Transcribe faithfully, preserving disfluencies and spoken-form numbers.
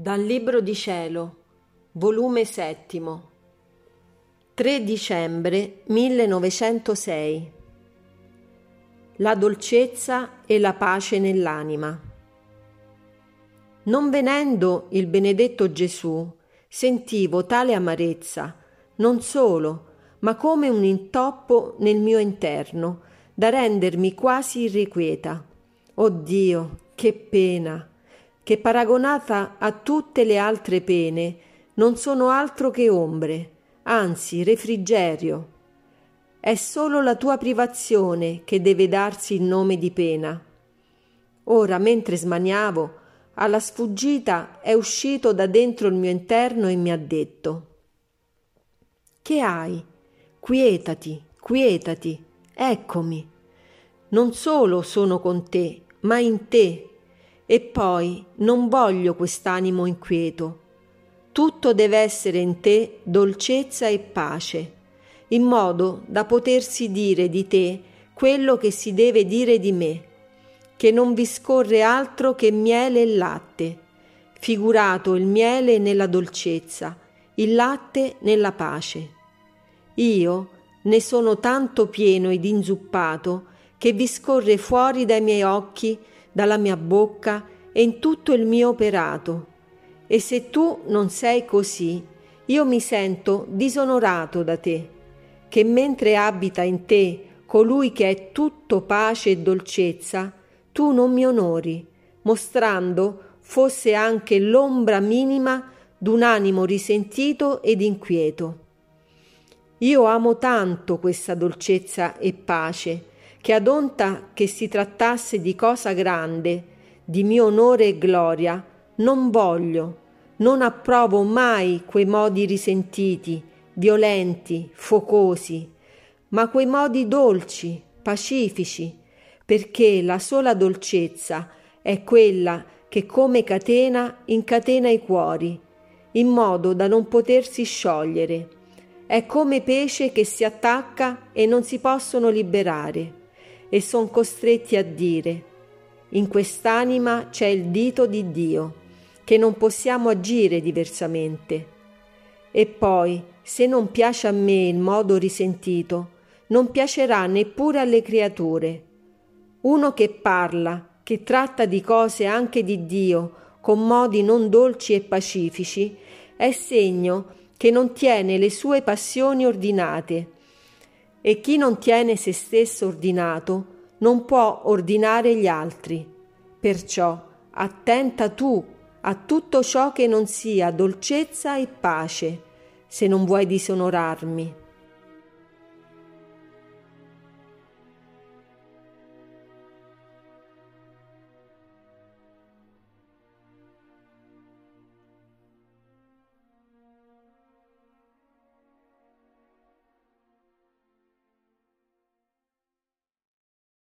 Dal Libro di Cielo, volume settimo, tre dicembre millenovecentosei. La dolcezza e la pace nell'anima. Non venendo il benedetto Gesù, sentivo tale amarezza, non solo, ma come un intoppo nel mio interno, da rendermi quasi irrequieta. Oh Dio, che pena! Che paragonata a tutte le altre pene non sono altro che ombre, anzi refrigerio. È solo la tua privazione che deve darsi il nome di pena. Ora, mentre smaniavo, alla sfuggita è uscito da dentro il mio interno e mi ha detto: «Che hai? Quietati, quietati, eccomi. Non solo sono con te, ma in te. E poi non voglio quest'animo inquieto. Tutto deve essere in te dolcezza e pace, in modo da potersi dire di te quello che si deve dire di me, che non vi scorre altro che miele e latte, figurato il miele nella dolcezza, il latte nella pace. Io ne sono tanto pieno ed inzuppato che vi scorre fuori dai miei occhi, dalla mia bocca e in tutto il mio operato. E se tu non sei così, io mi sento disonorato da te, che mentre abita in te colui che è tutto pace e dolcezza, tu non mi onori, mostrando fosse anche l'ombra minima d'un animo risentito ed inquieto. Io amo tanto questa dolcezza e pace, che ad onta che si trattasse di cosa grande, di mio onore e gloria, non voglio, non approvo mai quei modi risentiti, violenti, focosi, ma quei modi dolci, pacifici, perché la sola dolcezza è quella che come catena incatena i cuori, in modo da non potersi sciogliere. È come pesce che si attacca e non si possono liberare, e son costretti a dire: in quest'anima c'è il dito di Dio, che non possiamo agire diversamente. E poi, se non piace a me il modo risentito, non piacerà neppure alle creature. Uno che parla, che tratta di cose anche di Dio, con modi non dolci e pacifici, è segno che non tiene le sue passioni ordinate. E chi non tiene se stesso ordinato non può ordinare gli altri. Perciò attenta tu a tutto ciò che non sia dolcezza e pace, se non vuoi disonorarmi.